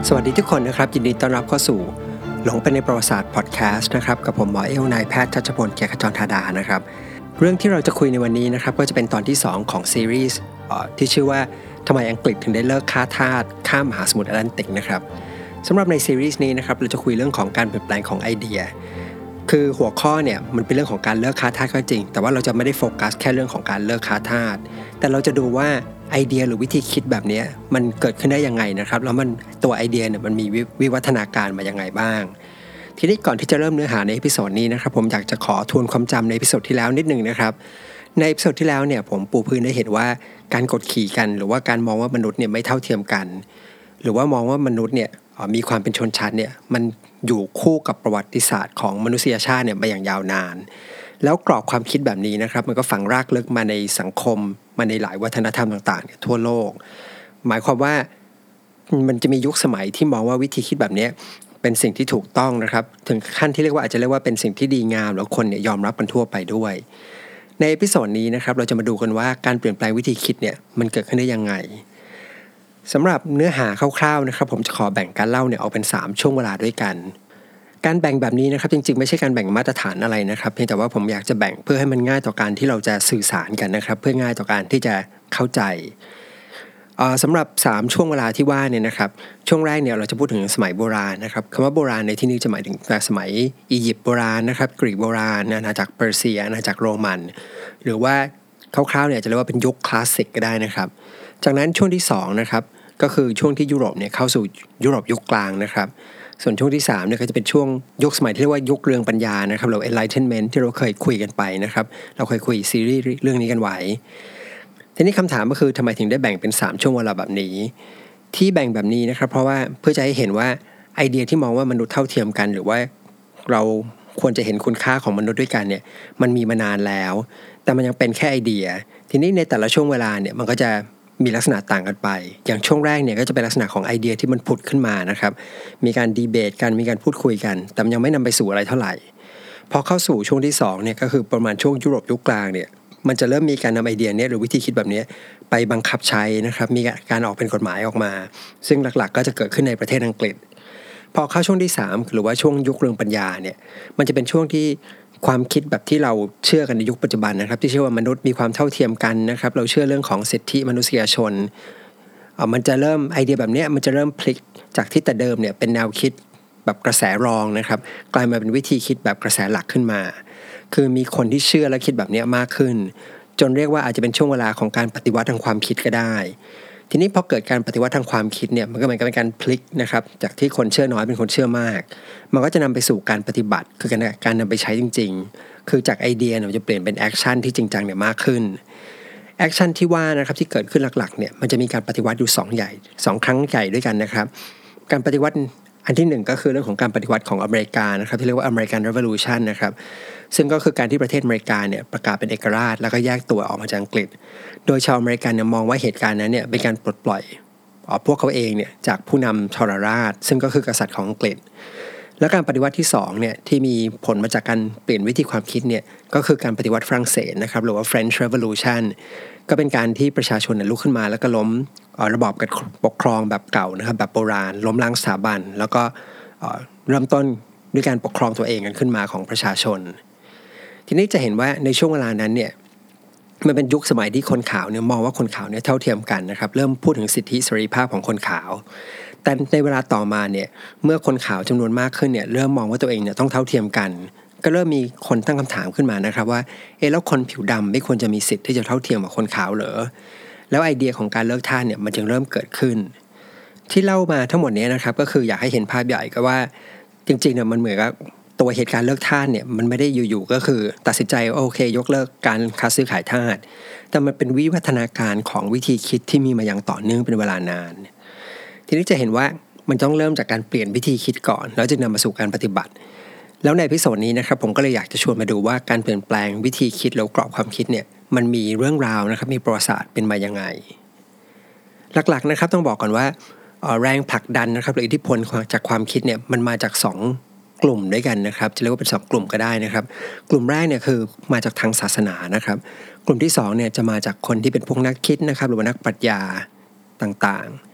สวัสดีทุกคนนะครับยินดีต้อนรับเข้าสู่หลงไปในประวัติศาสตร์พอดแคสต์นะครับกับผมหมอเอลนายแพทย์ทัชพลเกียรติขจรธาดานะครับเรื่องที่เราจะคุยในวันนี้นะครับก็จะเป็นตอนที่2ของซีรีส์ที่ชื่อว่าทำไมอังกฤษถึงได้เลิกฆ่าทาสข้ามมหาสมุทรแอตแลนติกนะครับสำหรับในซีรีส์นี้นะครับเราจะคุยเรื่องของการเปลี่ยนแปลงของไอเดียคือหัวข้อเนี่ยมันเป็นเรื่องของการเลิกค้าทาสก็จริงแต่ว่าเราจะไม่ได้โฟกัสแค่เรื่องของการเลิกค้าทาสแต่เราจะดูว่าไอเดียหรือวิธีคิดแบบนี้มันเกิดขึ้นได้ยังไงนะครับแล้วมันตัวไอเดียเนี่ยมันมีวิวัฒนาการมายังไงบ้างทีนี้ก่อนที่จะเริ่มเนื้อหาในเอพิโซดนี้นะครับผมอยากจะขอทวนความจำในเอพิโซดที่แล้วนิดนึงนะครับในเอพิโซดที่แล้วเนี่ยผมปูพื้นได้เห็นว่าการกดขี่กันหรือว่าการมองว่ามนุษย์เนี่ยไม่เท่าเทียมกันหรือว่ามองว่ามนุษย์เนี่ยมีความเป็นชนชั้นเนี่ยมันอยู่คู่กับประวัติศาสตร์ของมนุษยชาติเนี่ยมาอย่างยาวนานแล้วกรอบความคิดแบบนี้นะครับมันก็ฝังรากลึกมาในสังคมมาในหลายวัฒนธรรมต่างๆทั่วโลกหมายความว่ามันจะมียุคสมัยที่มองว่าวิธีคิดแบบนี้เป็นสิ่งที่ถูกต้องนะครับถึงขั้นที่อาจจะเรียกว่าเป็นสิ่งที่ดีงามแล้วคนเนี่ยยอมรับกันทั่วไปด้วยในเอพิโซดนี้นะครับเราจะมาดูกันว่าการเปลี่ยนแปลงวิธีคิดเนี่ยมันเกิดขึ้นได้ยังไงสำหรับเนื้อหาคร่าวๆนะครับผมจะขอแบ่งการเล่าเนี่ยออกเป็น3ช่วงเวลาด้วยกันการแบ่งแบบนี้นะครับจริงๆไม่ใช่การแบ่งมาตรฐานอะไรนะครับเพียงแต่ว่าผมอยากจะแบ่งเพื่อให้มันง่ายต่อการที่เราจะสื่อสารกันนะครับเพื่อง่ายต่อการที่จะเข้าใจสำหรับ3ช่วงเวลาที่ว่าเนี่ยนะครับช่วงแรกเนี่ยเราจะพูดถึงสมัยโบราณนะครับคำว่าโบราณในที่นี้จะหมายถึงสมัยอียิปต์โบราณนะครับกรีกโบราณอาณาจักรเปอร์เซียอาณาจักรโรมันหรือว่าคร่าวๆเนี่ยจะเรียกว่าเป็นยุคคลาสสิกก็ได้นะครับจากนั้นช่วงที่2นะครับก็คือช่วงที่ยุโรปเนี่ยเข้าสู่ยุโรปยุคกลางนะครับส่วนช่วงที่3เนี่ยก็จะเป็นช่วงยุคสมัยที่เรียกว่ายุคเรืองปัญญานะครับหรือ Enlightenment ที่เราเคยคุยกันไปนะครับเราเคยคุยซีรีส์เรื่องนี้กันไว้ทีนี้คำถามก็คือทำไมถึงได้แบ่งเป็น3ช่วงเวลาแบบนี้ที่แบ่งแบบนี้นะครับเพราะว่าเพื่อจะให้เห็นว่าไอเดียที่มองว่ามนุษย์เท่าเทียมกันหรือว่าเราควรจะเห็นคุณค่าของมนุษย์ด้วยกันเนี่ยมันมีมานานแล้วแต่มันยังเป็นแค่ไอเดียทีนี้ในแต่ละช่วงเวลาเนี่ยมันก็จะมีลักษณะต่างกันไปอย่างช่วงแรกเนี่ยก็จะเป็นลักษณะของไอเดียที่มันผุดขึ้นมานะครับมีการดีเบตกันมีการพูดคุยกันแต่มันยังไม่นำไปสู่อะไรเท่าไหร่พอเข้าสู่ช่วงที่2เนี่ยก็คือประมาณช่วงยุโรปยุคกลางเนี่ยมันจะเริ่มมีการนำไอเดียนี้หรือวิธีคิดแบบนี้ไปบังคับใช้นะครับมีการออกเป็นกฎหมายออกมาซึ่งหลักๆก็จะเกิดขึ้นในประเทศอังกฤษพอเข้าช่วงที่3หรือว่าช่วงยุคเรืองปัญญาเนี่ยมันจะเป็นช่วงที่ความคิดแบบที่เราเชื่อกันในยุคปัจจุบันนะครับที่เชื่อว่ามนุษย์มีความเท่าเทียมกันนะครับเราเชื่อเรื่องของสิทธิมนุษยชนมันจะเริ่มไอเดียแบบนี้มันจะเริ่มพลิกจากที่แต่เดิมเนี่ยเป็นแนวคิดแบบกระแสรองนะครับกลายมาเป็นวิธีคิดแบบกระแสหลักขึ้นมาคือมีคนที่เชื่อและคิดแบบนี้มากขึ้นจนเรียกว่าอาจจะเป็นช่วงเวลาของการปฏิวัติทางความคิดก็ได้ทีนี้พอเกิดการปฏิวัติทางความคิดเนี่ยมันก็เหมือนกับเป็นการพลิกนะครับจากที่คนเชื่อน้อยเป็นคนเชื่อมากมันก็จะนำไปสู่การปฏิบัติคือการนำไปใช้จริงๆคือจากไอเดียเนี่ยจะเปลี่ยนเป็นแอคชั่นที่จริงจังเนี่ยมากขึ้นแอคชั่นที่ว่านะครับที่เกิดขึ้นหลักๆเนี่ยมันจะมีการปฏิวัติอยู่2ครั้งใหญ่ด้วยกันนะครับการปฏิวัติอันที่1ก็คือเรื่องของการปฏิวัติของอเมริกานะครับที่เรียกว่า American Revolution นะครับซึ่งก็คือการที่ประเทศอเมริกาเนี่ยประกาศเป็นเอกราชแล้วก็แยกตัวออกมาจากอังกฤษโดยชาวอเมริกันเนี่ยมองว่าเหตุการณ์นั้นเนี่ยเป็นการปลดปล่อยพวกเขาเองเนี่ยจากผู้นำทรราชซึ่งก็คือกษัตริย์ของอังกฤษและการปฏิวัติที่2เนี่ยที่มีผลมาจากการเปลี่ยนวิธีความคิดเนี่ยก็คือการปฏิวัติฝรั่งเศสนะครับหรือว่า French Revolution ก็เป็นการที่ประชาชนลุกขึ้นมาแล้วก็ล้มระบอบการปกครองแบบเก่านะครับแบบโบราณล้มล้างสถาบันแล้วก็เริ่มต้นด้วยการปกครองตัวเองกันขึ้นมาของประชาชนทีนี้จะเห็นว่าในช่วงเวลานั้นเนี่ยมันเป็นยุคสมัยที่คนขาวเนี่ยมองว่าคนขาวเนี่ยเท่าเทียมกันนะครับเริ่มพูดถึงสิทธิเสรีภาพของคนขาวแต่ในเวลาต่อมาเนี่ยเมื่อคนขาวจำนวนมากขึ้นเนี่ยเริ่มมองว่าตัวเองเนี่ยต้องเท่าเทียมกันก็เริ่มมีคนตั้งคำถามขึ้นมานะครับว่าแล้วคนผิวดำไม่ควรจะมีสิทธิ์ที่จะเท่าเทียมกับคนขาวเหรอแล้วไอเดียของการเลิกทาสเนี่ยมันจึงเริ่มเกิดขึ้นที่เล่ามาทั้งหมดนี้นะครับก็คืออยากให้เห็นภาพใหญ่ก็ว่าจริงๆเนี่ยมันเหมือนกับตัวเหตุการณ์เลิกทาสเนี่ยมันไม่ได้อยู่ๆก็คือตัดสินใจโอเคยกเลิกการค้าซื้อขายทาสแต่มันเป็นวิวัฒนาการของวิธีคิดที่มีมาอย่างต่อเนื่องเป็นเวลานานทีนี้จะเห็นว่ามันต้องเริ่มจากการเปลี่ยนวิธีคิดก่อนแล้วจึงนำมาสู่การปฏิบัติแล้วในเอพิโซดนี้นะครับผมก็เลยอยากจะชวนมาดูว่าการเปลี่ยนแปลงวิธีคิดแล้วกรอบความคิดเนี่ยมันมีเรื่องราวนะครับมีประวัติศาสตร์เป็นมายังไงหลักๆนะครับต้องบอกก่อนว่าแรงผลักดันนะครับหรืออิทธิพลจากความคิดเนี่ยมันมาจาก2กลุ่มด้วยกันนะครับจะเรียกว่าเป็น2กลุ่มก็ได้นะครับกลุ่มแรกเนี่ยคือมาจากทางศาสนานะครับกลุ่มที่2เนี่ยจะมาจากคนที่เป็นพวกนักคิดนะครับหรือว่านักปรัชญาต่างๆ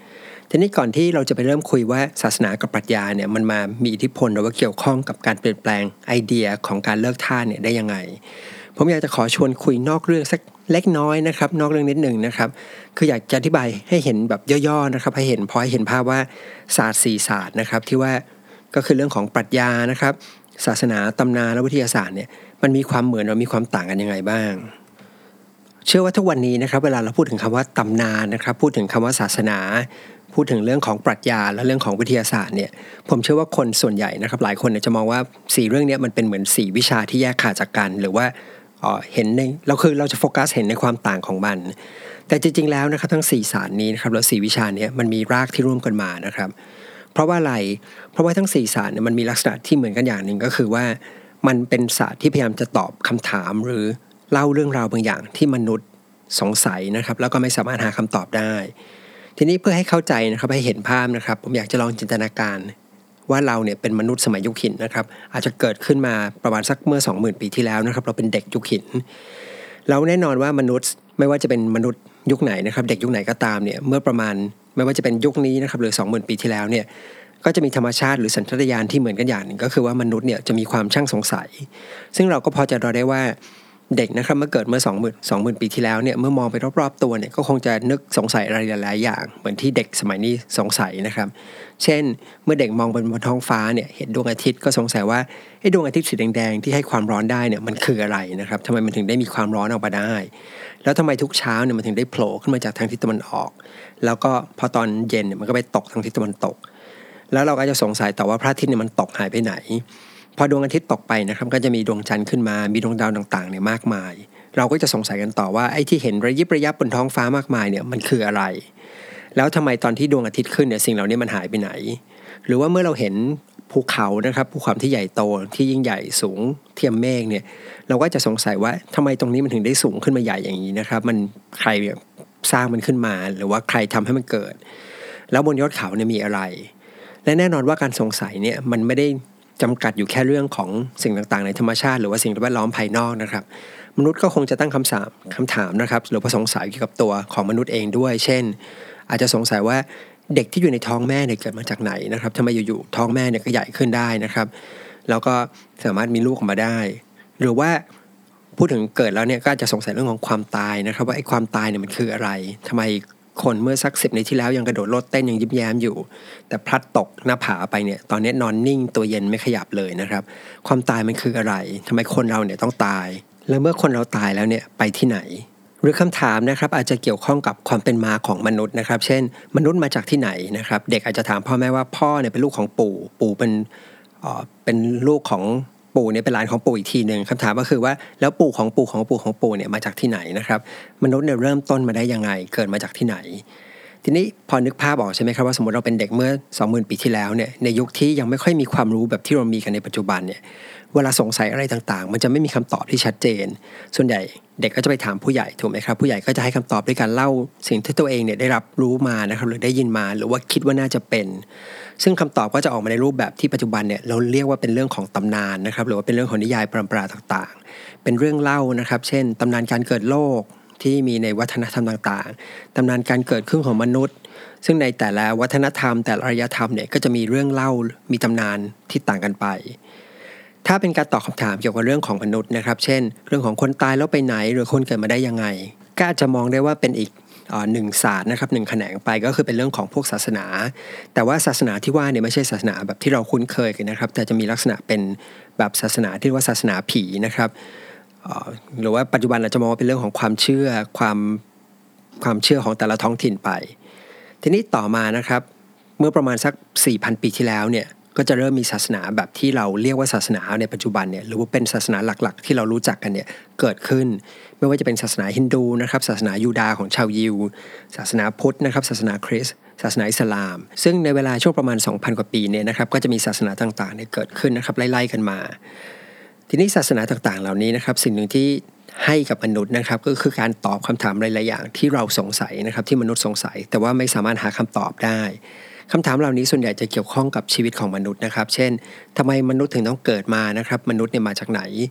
ทีนี้ก่อนที่เราจะไปเริ่มคุยว่าศาสนากับปรัชญาเนี่ยมันมามีอิทธิพลหรือว่าเกี่ยวข้องกับการเปลี่ยนแปลงไอเดียของการเลิกทาสเนี่ยได้ยังไงผมอยากจะขอชวนคุยนอกเรื่องสักเล็กน้อยนะครับนอกเรื่องนิดหนึ่งนะครับคืออยากจะอธิบายให้เห็นแบบย่อๆนะครับให้เห็นภาพว่าศาสตร์4ศาสตร์นะครับที่ว่าก็คือเรื่องของปรัชญานะครับศาสนาตำนานและวิทยาศาสตร์เนี่ยมันมีความเหมือนหรือมีความต่างกันยังไงบ้างเชื่อว่าทุกวันนี้นะครับเวลาเราพูดถึงคำว่าตำนานนะครับพูดถึงคำว่าศาสนาพูดถึงเรื่องของปรัชญาและเรื่องของวิทยาศาสตร์เนี่ยผมเชื่อว่าคนส่วนใหญ่นะครับหลายคนจะมองว่า4เรื่องนี้มันเป็นเหมือน4วิชาที่แยกขาดจากกันหรือว่าเห็นในเราจะโฟกัสเห็นในความต่างของมันแต่จริงๆแล้วนะครับทั้ง4ศาสตร์นี้นะครับแล้ว4วิชานี้มันมีรากที่ร่วมกันมานะครับเพราะว่าอะไรเพราะว่าทั้ง4ศาสตร์เนี่ยมันมีลักษณะที่เหมือนกันอย่างหนึ่งก็คือว่ามันเป็นศาสตร์ที่พยายามจะตอบคำถามหรือเล่าเรื่องราวบางอย่างที่มนุษย์สงสัยนะครับแล้วก็ไม่สามารถหาคำตอบได้ทีนี้เพื่อให้เข้าใจนะครับให้เห็นภาพนะครับผมอยากจะลองจินตนาการว่าเราเนี่ยเป็นมนุษย์สมัยยุคหินนะครับอาจจะเกิดขึ้นมาประมาณสักเมื่อ 20,000 ปีที่แล้วนะครับเราเป็นเด็กยุคหินแล้วแน่นอนว่ามนุษย์ไม่ว่าจะเป็นมนุษย์ยุคไหนนะครับเด็กยุคไหนก็ตามเนี่ยเมื่อประมาณไม่ว่าจะเป็นยุคนี้นะครับหรือ 20,000 ปีที่แล้วเนี่ยก็จะมีธรรมชาติหรือสัญชาตญาณที่เหมือนกันอย่างหนึ่งก็คือว่ามนุษย์เนี่ยจะมีความช่างสงสัยซึ่งเราก็พอจะรอได้ว่าเด็กนะครับเมื่อเกิดเมื่อ 20,000 ปีที่แล้วเนี่ยเมื่อมองไปรอบๆตัวเนี่ยก็คงจะนึกสงสัยอะไรหลายๆอย่างเหมือนที่เด็กสมัยนี้สงสัยนะครับเช่นเมื่อเด็กมองบนท้องฟ้าเนี่ยเห็นดวงอาทิตย์ก็สงสัยว่าดวงอาทิตย์สีแดงๆที่ให้ความร้อนได้เนี่ยมันคืออะไรนะครับทำไมมันถึงได้มีความร้อนออกมาได้แล้วทำไมทุกเช้าเนี่ยมันถึงได้โผล่ขึ้นมาจากทางทิศตะวันออกแล้วก็พอตอนเย็นเนี่ยมันก็ไปตกทางทิศตะวันตกแล้วเราก็จะสงสัยต่อว่าพระอาทิตย์เนี่ยมันตกหายไปไหนพอดวงอาทิตย์ตกไปนะครับก็จะมีดวงจันทร์ขึ้นมามีดวงดาวต่างๆเนี่ยมากมายเราก็จะสงสัยกันต่อว่าไอ้ที่เห็นระยิบระยับบนท้องฟ้ามากมายเนี่ยมันคืออะไรแล้วทำไมตอนที่ดวงอาทิตย์ขึ้นเนี่ยสิ่งเหล่านี้มันหายไปไหนหรือว่าเมื่อเราเห็นภูเขานะครับภูเขาที่ใหญ่โตที่ยิ่งใหญ่สูงเทียมเมฆเนี่ยเราก็จะสงสัยว่าทำไมตรงนี้มันถึงได้สูงขึ้นมาใหญ่อย่างนี้นะครับมันใครสร้างมันขึ้นมาหรือว่าใครทำให้มันเกิดแล้วบนยอดเขาเนี่ยมีอะไรและแน่นอนว่าการสงสัยเนี่ยมันไม่ได้จำกัดอยู่แค่เรื่องของสิ่งต่างๆในธรรมชาติหรือว่าสิ่งแวดล้อมภายนอกนะครับมนุษย์ก็คงจะตั้งคำถามนะครับหรือว่าสงสัยเกี่ยวกับตัวของมนุษย์เองด้วยเช่นอาจจะสงสัยว่าเด็กที่อยู่ในท้องแม่เนี่ยเกิดมาจากไหนนะครับทำไมอยู่ๆท้องแม่เนี่ยก็ใหญ่ขึ้นได้นะครับแล้วก็สามารถมีลูกออกมาได้หรือว่าพูดถึงเกิดแล้วเนี่ยก็อาจจะสงสัยเรื่องของความตายนะครับว่าไอ้ความตายเนี่ยมันคืออะไรทำไมคนเมื่อสัก10 นาทีที่แล้วยังกระโดดโลดเต้นยังยิ้มแย้มอยู่แต่พลัดตกหน้าผาไปเนี่ยตอนนี้นอนนิ่งตัวเย็นไม่ขยับเลยนะครับความตายมันคืออะไรทำไมคนเราเนี่ยต้องตายแล้วเมื่อคนเราตายแล้วเนี่ยไปที่ไหนหรือคำถามนะครับอาจจะเกี่ยวข้องกับความเป็นมาของมนุษย์นะครับเช่นมนุษย์มาจากที่ไหนนะครับเด็กอาจจะถามพ่อแม่ว่าพ่อเนี่ยเป็นลูกของปู่เป็นลูกของปู่เนี่ยเป็นหลานของปู่อีกทีนึงคำถามก็คือว่าแล้วปู่ของปู่เนี่ยมาจากที่ไหนนะครับมนุษย์เนี่ยเริ่มต้นมาได้ยังไงเกิดมาจากที่ไหนทีนี้พอนึกภาพออกใช่ไหมครับว่าสมมติเราเป็นเด็กเมื่อ 20,000 ปีที่แล้วเนี่ยในยุคที่ยังไม่ค่อยมีความรู้แบบที่เรามีกันในปัจจุบันเนี่ยเวลาสงสัยอะไรต่างๆมันจะไม่มีคำตอบที่ชัดเจนส่วนใหญ่เด็กก็จะไปถามผู้ใหญ่ถูกไหมครับผู้ใหญ่ก็จะให้คำตอบด้วยการเล่าสิ่งที่ตัวเองเนี่ยได้รับรู้มานะครับหรือได้ยินมาหรือว่าคิดว่าน่าจะเป็นซึ่งคำตอบก็จะออกมาในรูปแบบที่ปัจจุบันเนี่ยเราเรียกว่าเป็นเรื่องของตำนานนะครับหรือว่าเป็นเรื่องของนิยายปราต่างๆเป็นเรื่องเล่านะครับเช่นตำนานการเกิดโลกที่มีในวัฒนธรรมต่างๆตำนานการเกิดขึ้นของมนุษย์ซึ่งในแต่ละวัฒนธรรมแต่ละอารยธรรมเนี่ยก็จะมีเรื่องเล่ามีตำนานที่ต่างกันไปถ้าเป็นการตอบคำถามเกี่ยวกับเรื่องของมนุษย์นะครับเช่นเรื่องของคนตายแล้วไปไหนหรือคนเกิดมาได้ยังไงก็อาจจะมองได้ว่าเป็นอีกหนึ่งศาสตร์นะครับหนึ่งแขนงไปก็คือเป็นเรื่องของพวกศาสนาแต่ว่าศาสนาที่ว่าเนี่ยไม่ใช่ศาสนาแบบที่เราคุ้นเคยกันนะครับแต่จะมีลักษณะเป็นแบบศาสนาที่เรียกว่าศาสนาผีนะครับหรือว่าปัจจุบันเราจะมองว่าเป็นเรื่องของความเชื่อความเชื่อของแต่ละท้องถิ่นไปทีนี้ต่อมานะครับเมื่อประมาณสัก 4,000 ปีที่แล้วเนี่ยก็จะเริ่มมีศาสนาแบบที่เราเรียกว่าศาสนาในปัจจุบันเนี่ยหรือว่าเป็นศาสนาหลักๆที่เรารู้จักกันเนี่ยเกิดขึ้นไม่ว่าจะเป็นศาสนาฮินดูนะครับศาสนายูดาห์ของชาวยิวศาสนาพุทธนะครับศาสนาคริสต์ศาสนาอิสลามซึ่งในเวลาช่วงประมาณ 2,000 กว่าปีเนี่ยนะครับก็จะมีศาสนาต่างๆเนี่ยเกิดขึ้นนะครับไล่ๆกันมาทีนี้ศาสนาต่างๆเหล่านี้นะครับสิ่งหนึ่งที่ให้กับมนุษย์นะครับก็คือการตอบคำถามหลายๆอย่างที่เราสงสัยนะครับที่มนุษย์สงสัยแต่ว่าไม่สามารถหาคำตอบได้คำถามเหล่านี้ส่วนใหญ่จะเกี่ยวข้องกับชีวิตของมนุษย์นะครับเช่นทำไมมนุษย์ถึงต้องเกิดมานะครับมนุษย์เนี่ยมาจากไหน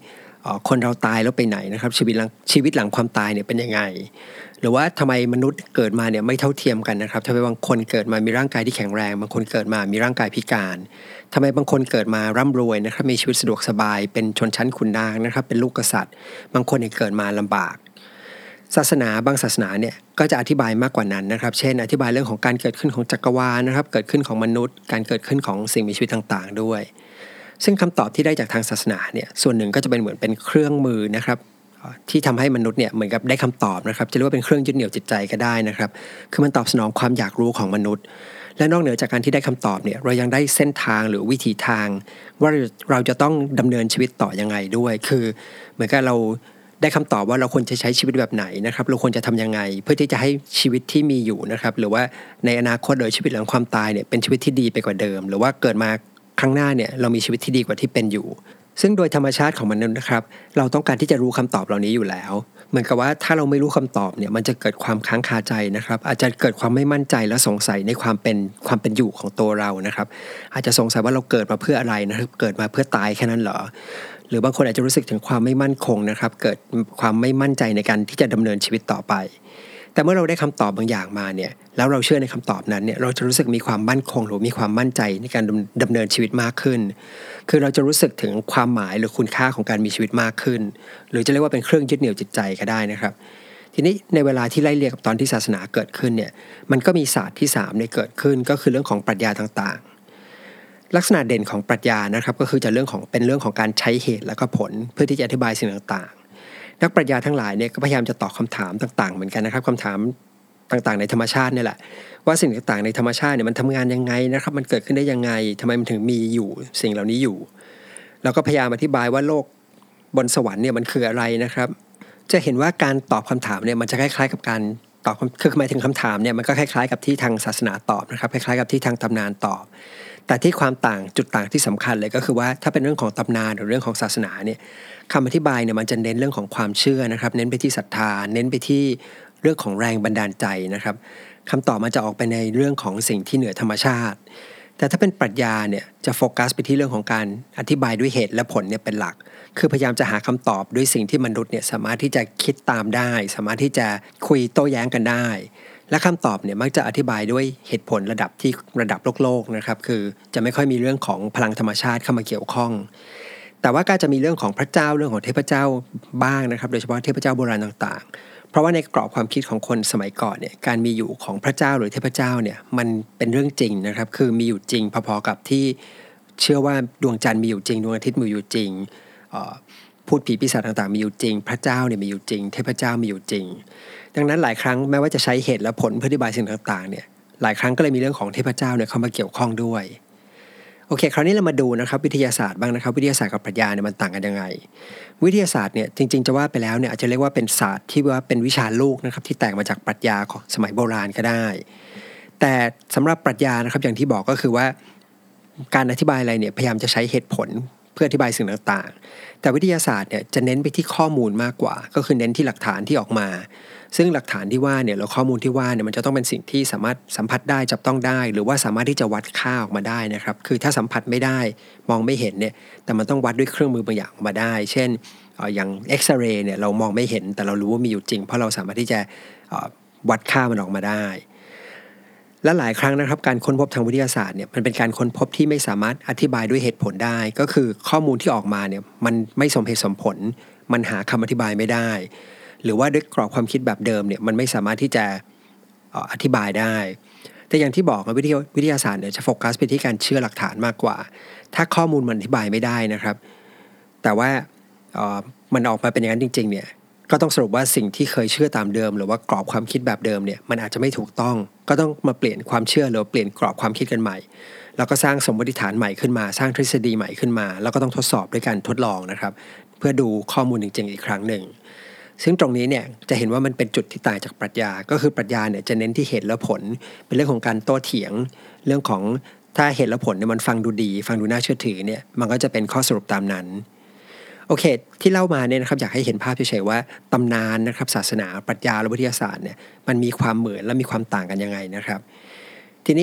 คนเราตายแล้วไปไหนนะครับชีวิตหลังความตายเนี่ยเป็นยังไงหรือว่าทำไมมนุษย์เกิดมาเนี่ยไม่เท่าเทียมกันนะครับทำไมบางคนเกิดมามีร่างกายที่แข็งแรงบางคนเกิดมามีร่างกายพิการทำไมบางคนเกิดมาร่ำรวยนะครับมีชีวิตสะดวกสบายเป็นชนชั้นขุนนางนะครับเป็นลูกกษัตริย์บางคนเนี่ยเกิดมาลำบากบางศาสนาเนี่ยก็จะอธิบายมากกว่านั้นนะครับเช่นอธิบายเรื่องของการเกิดขึ้นของจักรวาลนะครับเกิดขึ้นของมนุษย์การเกิดขึ้นของสิ่งมีชีวิตต่างๆด้วยซึ่งคำตอบที่ได้จากทางศาสนาเนี่ยส่วนหนึ่งก็จะเป็นเหมือนเป็นเครื่องมือนะครับที่ทำให้มนุษย์เนี่ยเหมือนกับได้คำตอบนะครับจะเรียกว่าเป็นเครื่องยึดเหนี่ยวจิตใจก็ได้นะครับคือมันตอบสนองความอยากรู้ของมนุษย์และนอกเหนือจากการที่ได้คำตอบเนี่ยเรายังได้เส้นทางหรือวิถีทางว่าเราจะต้องดำเนินชีวิตต่อยังไงด้วยคือเหมือนกับเราได้คำตอบว่าเราควรจะใช้ชีวิตแบบไหนนะครับเราควรจะทำยังไงเพื่อที่จะให้ชีวิตที่มีอยู่นะครับหรือว่าในอนาคตโดยชีวิตหลังความตายเนี่ยเป็นชีวิตที่ดีไปกว่าเดิมหรือว่าเกิดมาครั้งหน้าเนี่ยเรามีชีวิตที่ดีกว่าที่เป็นอยู่ซึ่งโดยธรรมชาติของมนุษย์นะครับเราต้องการที่จะรู้คำตอบเหล่านี้อยู่แล้วเหมือนกับว่าถ้าเราไม่รู้คำตอบเนี่ยมันจะเกิดความค้างคาใจนะครับอาจจะเกิดความไม่มั่นใจและสงสัยในความเป็นอยู่ของตัวเรานะครับอาจจะสงสัยว่าเราเกิดมาเพื่ออะไรนะครับเกิดมาเพื่อตายแค่นั้นเหรอหรือบางคนอาจจะรู้สึกถึงความไม่มั่นคงนะครับเกิดความไม่มั่นใจในการที่จะดำเนินชีวิตต่อไปแต่เมื่อเราได้คำตอบบางอย่างมาเนี่ยแล้วเราเชื่อในคำตอบนั้นเนี่ยเราจะรู้สึกมีความมั่นคงหรือมีความมั่นใจในการดำเนินชีวิตมากขึ้นคือเราจะรู้สึกถึงความหมายหรือคุณค่าของการมีชีวิตมากขึ้นหรือจะเรียกว่าเป็นเครื่องยึดเหนี่ยวจิตใจก็ได้นะครับทีนี้ในเวลาที่ไล่เรียงกับตอนที่ศาสนาเกิดขึ้นเนี่ยมันก็มีศาสตร์ที่3เนี่ยเกิดขึ้นก็คือเรื่องของปรัชญาต่างๆลักษณะเด่นของปรัชญานะครับก็คือจะเป็นเรื่องของการใช้เหตุและก็ผลเพื่อที่จะอธิบายสิ่งต่างๆนักปรัชญาทั้งหลายเนี่ยก็พยายามจะตอบคำถามต่างๆเหมือนกันนะครับคำถามต่างๆในธรรมชาตินี่แหละว่าสิ่งต่างๆในธรรมชาติเนี่ยมันทำงานยังไงนะครับมันเกิดขึ้นได้ยังไงทำไมมันถึงมีอยู่สิ่งเหล่านี้อยู่แล้วก็พยายามอธิบายว่าโลกบนสวรรค์เนี่ยมันคืออะไรนะครับจะเห็นว่าการตอบคำถามเนี่ยมันจะคล้ายๆกับการตอบคือหมายถึงคำถามเนี่ยมันก็คล้ายๆกับที่ทางศาสนาตอบนะครับคล้ายๆกับที่ทางตำนานตอบแต่ที่ความต่างจุดต่างที่สำคัญเลยก็คือว่าถ้าเป็นเรื่องของตำนานหรือเรื่องของศาสนาเนี่ยคำอธิบายเนี่ยมันจะเน้นเรื่องของความเชื่อนะครับเน้นไปที่ศรัทธาเน้นไปที่เรื่องของแรงบันดาลใจนะครับคำตอบมันจะออกไปในเรื่องของสิ่งที่เหนือธรรมชาติแต่ถ้าเป็นปรัชญาเนี่ยจะโฟกัสไปที่เรื่องของการอธิบายด้วยเหตุและผลเนี่ยเป็นหลักคือพยายามจะหาคำตอบด้วยสิ่งที่มนุษย์เนี่ยสามารถที่จะคิดตามได้สามารถที่จะคุยโต้แย้งกันได้และคำตอบเนี่ยมักจะอธิบายด้วยเหตุผลระดับโลกนะครับคือจะไม่ค่อยมีเรื่องของพลังธรรมชาติเข้ามาเกี่ยวข้องแต่ว่าก็จะมีเรื่องของพระเจ้าเรื่องของเทพเจ้าบ้างนะครับโดยเฉพาะเทพเจ้าโบราณต่างๆเพราะว่าในกรอบความคิดของคนสมัยก่อนเนี่ยการมีอยู่ของพระเจ้าหรือเทพเจ้าเนี่ยมันเป็นเรื่องจริงนะครับคือมีอยู่จริงพอๆกับที่เชื่อว่าดวงจันทร์มีอยู่จริงดวงอาทิตย์มีอยู่จริงพูดผีปีศาจต่างๆมีอยู่จริงพระเจ้าเนี่ยมีอยู่จริงเทพเจ้ามีอยู่จริงดังนั้นหลายครั้งแม้ว่าจะใช้เหตุและผลเพื่ออธิบายสิ่งต่างๆเนี่ยหลายครั้งก็เลยมีเรื่องของเทพเจ้าเนี่ยเข้ามาเกี่ยวข้องด้วยโอเคคราวนี้เรามาดูนะครับวิทยาศาสตร์บ้างนะครับวิทยาศาสตร์กับปรัชญาเนี่ยมันต่างกันยังไงวิทยาศาสตร์เนี่ยจริงๆจะว่าไปแล้วเนี่ยอาจจะเรียกว่าเป็นศาสตร์ที่ว่าเป็นวิชาลูกนะครับที่แตกมาจากปรัชญาของสมัยโบราณก็ได้แต่สำหรับปรัชญานะครับอย่างที่บอกก็คือว่าการอธิบายอะไรเนี่ยพยายามจะใช้เหตุผลเพื่ออธิบายสิ่งต่างๆแต่วิทยาศาสตร์เนี่ยจะเน้นไปที่ข้อมูลมากกว่าก็คือเน้นที่หลักฐานที่ออกมาซึ่งหลักฐานที่ว่าเนี่ยหรือข้อมูลที่ว่าเนี่ยมันจะต้องเป็นสิ่งที่สามารถสัมผัสได้จับต้องได้หรือว่าสามารถที่จะวัดค่าออกมาได้นะครับคือถ้าสัมผัสไม่ได้มองไม่เห็นเนี่ยแต่มันต้องวัดด้วยเครื่องมือบางอย่างออกมาได้เช่นอย่างเอ็กซเรย์เนี่ยเรามองไม่เห็นแต่เรารู้ว่ามีอยู่จริงเพราะเราสามารถที่จะวัดค่ามันออกมาได้และหลายครั้งนะครับการค้นพบทางวิทยาศาสตร์เนี่ยมันเป็นการค้นพบที่ไม่สามารถอธิบายด้วยเหตุผลได้ก็คือข้อมูลที่ออกมาเนี่ยมันไม่สมเหตุสมผลมันหาคำอธิบายไม่ได้หรือว่าด้วยกรอบความคิดแบบเดิมเนี่ยมันไม่สามารถที่จะอธิบายได้แต่อย่างที่บอกวิทยาศาสตร์เนี่ยจะโฟกัสไปที่การเชื่อหลักฐานมากกว่าถ้าข้อมูลมันอธิบายไม่ได้นะครับแต่ว่ามันออกมาเป็นอย่างนั้นจริงๆเนี่ยก็ต้องสรุปว่าสิ่งที่เคยเชื่อตามเดิมหรือว่ากรอบความคิดแบบเดิมเนี่ยมันอาจจะไม่ถูกต้องก็ต้องมาเปลี่ยนความเชื่อหรือเปลี่ยนกรอบความคิดกันใหม่แล้วก็สร้างสมมติฐานใหม่ขึ้นมาสร้างทฤษฎีใหม่ขึ้นมาแล้วก็ต้องทดสอบด้วยการทดลองนะครับเพื่อดูข้อมูลจริงๆอีกครั้งหนึ่งซึ่งตรงนี้เนี่ยจะเห็นว่ามันเป็นจุดที่ต่างจากปรัชญาก็คือปรัชญาเนี่ยจะเน้นที่เหตุและผลเป็นเรื่องของการโต้เถียงเรื่องของถ้าเหตุและผลเนี่ยมันฟังดูดีฟังดูน่าเชื่อถือเนี่ยมันก็จะเป็นข้อสรุปตามนั้นโอเคที่เล่ามาเนี่ยนะครับอยากให้เห็นภาพเฉยๆว่าตำนานนะครับศาสนาปรัชญาและวิทยาศาสตร์เนี่ยมันมีความเหมือนและมีความต่างกันยังไงนะครับทีนี้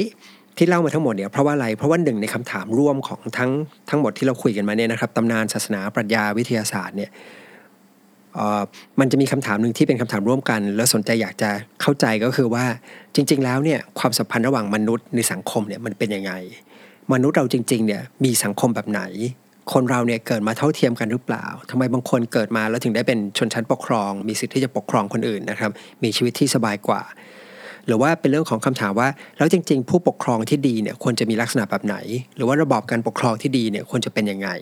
ที่เล่ามาทั้งหมดเนี่ยเพราะว่าอะไรเพราะว่าหนึ่งในคำถามร่วมของทั้งหมดที่เราคุยกันมาเนี่ยนะครับตำนานศาสนาปรัชญาวิทยาศาสตร์เนี่ยมันจะมีคำถามหนึ่งที่เป็นคำถามร่วมกันแล้วสนใจอยากจะเข้าใจก็คือว่าจริงๆแล้วเนี่ยความสัมพันธ์ระหว่างมนุษย์ในสังคมเนี่ยมันเป็นยังไงมนุษย์เราจริงๆเนี่ยมีสังคมแบบไหนคนเราเนี่ยเกิดมาเท่าเทียมกันหรือเปล่าทำไมบางคนเกิดมาแล้วถึงได้เป็นชนชั้นปกครองมีสิทธิ์ที่จะปกครองคนอื่นนะครับมีชีวิตที่สบายกว่าหรือว่าเป็นเรื่องของคำถามว่าแล้วจริงๆผู้ปกครองที่ดีเนี่ยควรจะมีลักษณะแบบไหนหรือว่าระบอบการปกครองที่ดีเนี่ยควรจะเป็นยังไง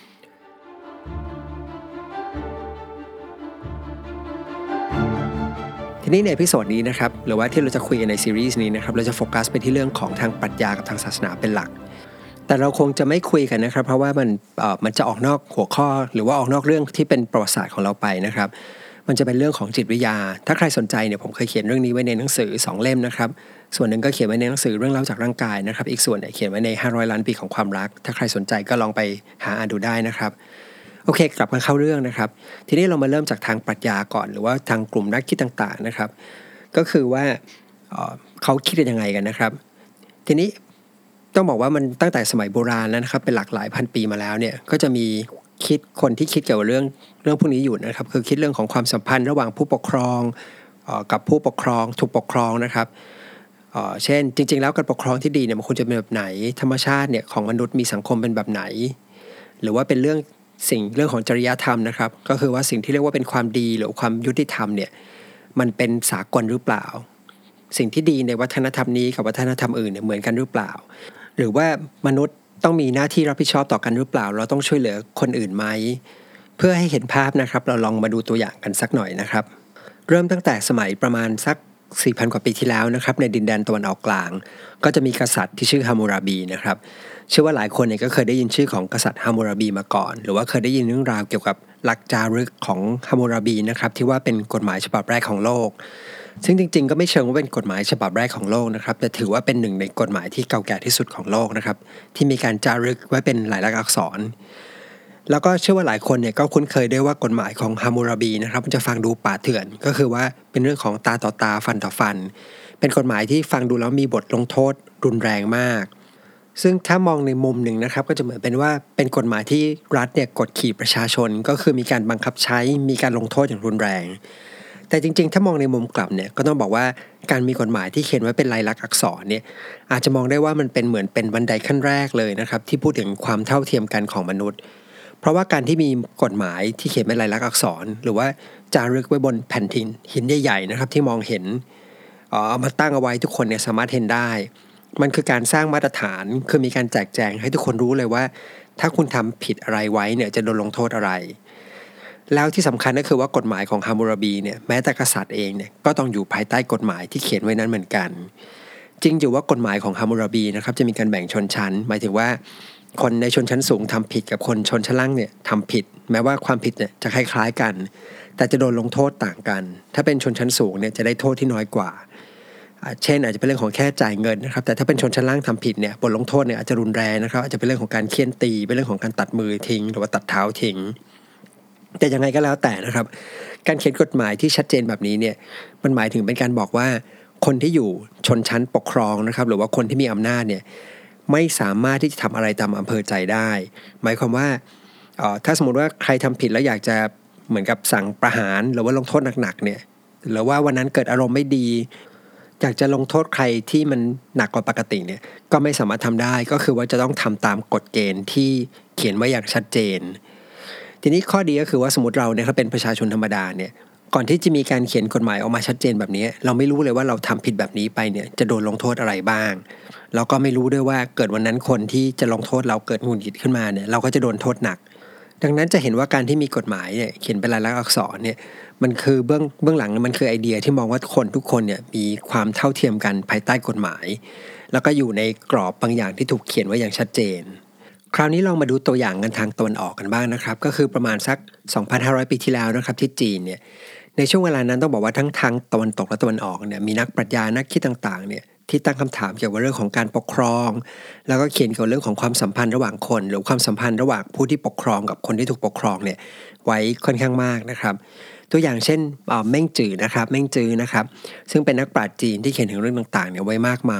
ทีนี้ในเอพิโซดนี้นะครับหรือว่าที่เราจะคุยกันในซีรีส์นี้นะครับเราจะโฟกัสไปที่เรื่องของทางปรัชญากับทางศาสนาเป็นหลักแต่เราคงจะไม่คุยกันนะครับเพราะว่ามันจะออกนอกหัวข้อหรือว่าออกนอกเรื่องที่เป็นประวัติศาสตร์ของเราไปนะครับมันจะเป็นเรื่องของจิตวิทยาถ้าใครสนใจเนี่ยผมเคยเขียนเรื่องนี้ไว้ในหนังสือ2เล่มนะครับส่วนหนึ่งก็เขียนไว้ในหนังสือเรื่องเล่าจากร่างกายนะครับอีกส่วนเนี่ยเขียนไว้ใน500ล้านปีของความรักถ้าใครสนใจก็ลองไปหาอ่านดูได้นะครับโอเคกลับมาเข้าเรื่องนะครับทีนี้เรามาเริ่มจากทางปรัชญาก่อนหรือว่าทางกลุ่มนักคิดต่างๆนะครับก็คือว่าเขาคิดกันยังไงกันนะครับทีนี้ต้องบอกว่ามันตั้งแต่สมัยโบราณแล้วนะครับเป็นหลากหลายพันปีมาแล้วเนี่ยก็จะมีคนที่คิดเกี่ยวกับเรื่องพวกนี้อยู่นะครับคือคิดเรื่องของความสัมพันธ์ระหว่างผู้ปกครองกับผู้ปกครองถูกปกครองนะครับเช่นจริงๆแล้วการปกครองที่ดีเนี่ยมันควรจะเป็นแบบไหนธรรมชาติเนี่ยของมนุษย์มีสังคมเป็นแบบไหนหรือว่าเป็นเรื่องของจริยธรรมนะครับก็คือว่าสิ่งที่เรียกว่าเป็นความดีหรือความยุติธรรมเนี่ยมันเป็นสากลหรือเปล่าสิ่งที่ดีในวัฒนธรรมนี้กับวัฒนธรรมอื่นเนี่ยเหมือนกันหรือเปล่าหรือว่ามนุษย์ต้องมีหน้าที่รับผิดชอบต่อกันหรือเปล่าเราต้องช่วยเหลือคนอื่นไหมเพื่อให้เห็นภาพนะครับเราลองมาดูตัวอย่างกันสักหน่อยนะครับเริ่มตั้งแต่สมัยประมาณสัก 4,000 กว่าปีที่แล้วนะครับในดินแดนตะวันออกกลางก็จะมีกษัตริย์ที่ชื่อฮัมมูราบีนะครับเชื่อว่าหลายคนเนี่ยก็เคยได้ยินชื่อของกษัตริย์ฮัมมูราบีมาก่อนหรือว่าเคยได้ยินเรื่องราวเกี่ยวกับหลักจารึกของฮัมมูราบีนะครับที่ว่าเป็นกฎหมายฉบับแรกของโลกซึ่งจริงๆก็ไม่เชิงว่าเป็นกฎหมายฉบับแรกของโลกนะครับแต่ถือว่าเป็นหนึ่งในกฎหมายที่เก่าแก่ที่สุดของโลกนะครับที่มีการจารึกไว้เป็นลายลักษณ์อักษรแล้วก็เชื่อว่าหลายคนเนี่ยก็คุ้นเคยด้วยว่ากฎหมายของฮัมมูราบีนะครับมันจะฟังดูป่าเถื่อนก็คือว่าเป็นเรื่องของตาต่อตาฟันต่อฟันเป็นกฎหมายที่ฟังดูแล้วมีบทลงโทษรุนแรงมากซึ่งถ้ามองในมุมหนึ่งนะครับก็จะเหมือนเป็นว่าเป็นกฎหมายที่รัฐเนี่ยกดขี่ประชาชนก็คือมีการบังคับใช้มีการลงโทษอย่างรุนแรงแต่จริงๆถ้ามองในมุมกลับเนี่ยก็ต้องบอกว่าการมีกฎหมายที่เขียนไว้เป็นลายลักษณ์อักษรเนี่ยอาจจะมองได้ว่ามันเป็นเหมือนเป็นบันไดขั้นแรกเลยนะครับที่พูดถึงความเท่าเทียมกันของมนุษย์เพราะว่าการที่มีกฎหมายที่เขียนเป็นลายลักษณ์อักษรหรือว่าจารึกไว้บนแผ่นหินใหญ่ๆนะครับที่มองเห็นเอามาตั้งเอาไว้ทุกคนเนี่ยสามารถเห็นได้มันคือการสร้างมาตรฐานคือมีการแจกแจงให้ทุกคนรู้เลยว่าถ้าคุณทำผิดอะไรไว้เนี่ยจะโดนลงโทษอะไรแล้วที่สำคัญก็คือว่ากฎหมายของฮัมมูราบีเนี่ยแม้แต่กษัตริย์เองเนี่ยก็ต้องอยู่ภายใต้กฎหมายที่เขียนไว้นั้นเหมือนกันจริงอยู่ว่ากฎหมายของฮัมมูราบีนะครับจะมีการแบ่งชนชั้นหมายถึงว่าคนในชนชั้นสูงทำผิดกับคนชนชั้นล่างเนี่ยทำผิดแม้ว่าความผิดเนี่ยจะคล้ายๆกันแต่จะโดนลงโทษต่างกันถ้าเป็นชนชั้นสูงเนี่ยจะได้โทษที่น้อยกว่าเช่นอาจจะเป็นเรื่องของแค่จ่ายเงินนะครับแต่ถ้าเป็นชนชั้นล่างทำผิดเนี่ยบทลงโทษเนี่ยอาจจะรุนแรงนะครับอาจจะเป็นเรื่องของการเฆี่ยนตีเป็นเรื่องของการตัดมือทิ้งหรือว่าตัดเท้าทิ้งแต่ยังไงก็แล้วแต่นะครับการเขียนกฎหมายที่ชัดเจนแบบนี้เนี่ยมันหมายถึงเป็นการบอกว่าคนที่อยู่ชนชั้นปกครองนะครับหรือว่าคนที่มีอำนาจเนี่ยไม่สามารถที่จะทำอะไรตามอำเภอใจได้หมายความว่าถ้าสมมติว่าใครทำผิดแล้วอยากจะเหมือนกับสั่งประหารหรือว่าลงโทษหนักๆเนี่ยหรือว่าวันนั้นเกิดอารมณ์ไม่ดีอยากจะลงโทษใครที่มันหนักกว่าปกติเนี่ยก็ไม่สามารถทำได้ก็คือว่าจะต้องทำตามกฎเกณฑ์ที่เขียนไว้อย่างชัดเจนทีนี้ข้อดีก็คือว่าสมมติเราเนี่ยเขาเป็นประชาชนธรรมดาเนี่ยก่อนที่จะมีการเขียนกฎหมายออกมาชัดเจนแบบนี้เราไม่รู้เลยว่าเราทำผิดแบบนี้ไปเนี่ยจะโดนลงโทษอะไรบ้างเราก็ไม่รู้ด้วยว่าเกิดวันนั้นคนที่จะลงโทษเราเกิดหงุดหงิดขึ้นมาเนี่ยเราก็จะโดนโทษหนักดังนั้นจะเห็นว่าการที่มีกฎหมายเนี่ยเขียนเป็นลายลักษณ์อักษรเนี่ยมันคือเบื้องหลังมันคือไอเดียที่มองว่าคนทุกคนเนี่ยมีความเท่าเทียมกันภายใต้กฎหมายแล้วก็อยู่ในกรอบบางอย่างที่ถูกเขียนไว้อย่างชัดเจนคราวนี้ลองมาดูตัวอย่างกันทางตะวันออกกันบ้างนะครับก็คือประมาณสัก 2,500 ปีที่แล้วนะครับที่จีนเนี่ยในช่วงเวลานั้นต้องบอกว่าทั้งทางตะวันตกและตะวันออกเนี่ยมีนักปรัชญานักคิดต่างๆเนี่ยที่ตั้งคำถามเกี่ยวกับเรื่องของการปกครองแล้วก็เขียนเกี่ยวกับเรื่องของความสัมพันธ์ระหว่างคนหรือความสัมพันธ์ระหว่างผู้ที่ปกครองกับคนที่ถูกปกครองเนี่ยไว้ค่อนข้างมากนะครับตัวอย่างเช่นเม่งจือนะครับซึ่งเป็นนักปราชญ์จีนที่เขียนถึงเรื่องต่างๆเนี่ยไว้มากมาย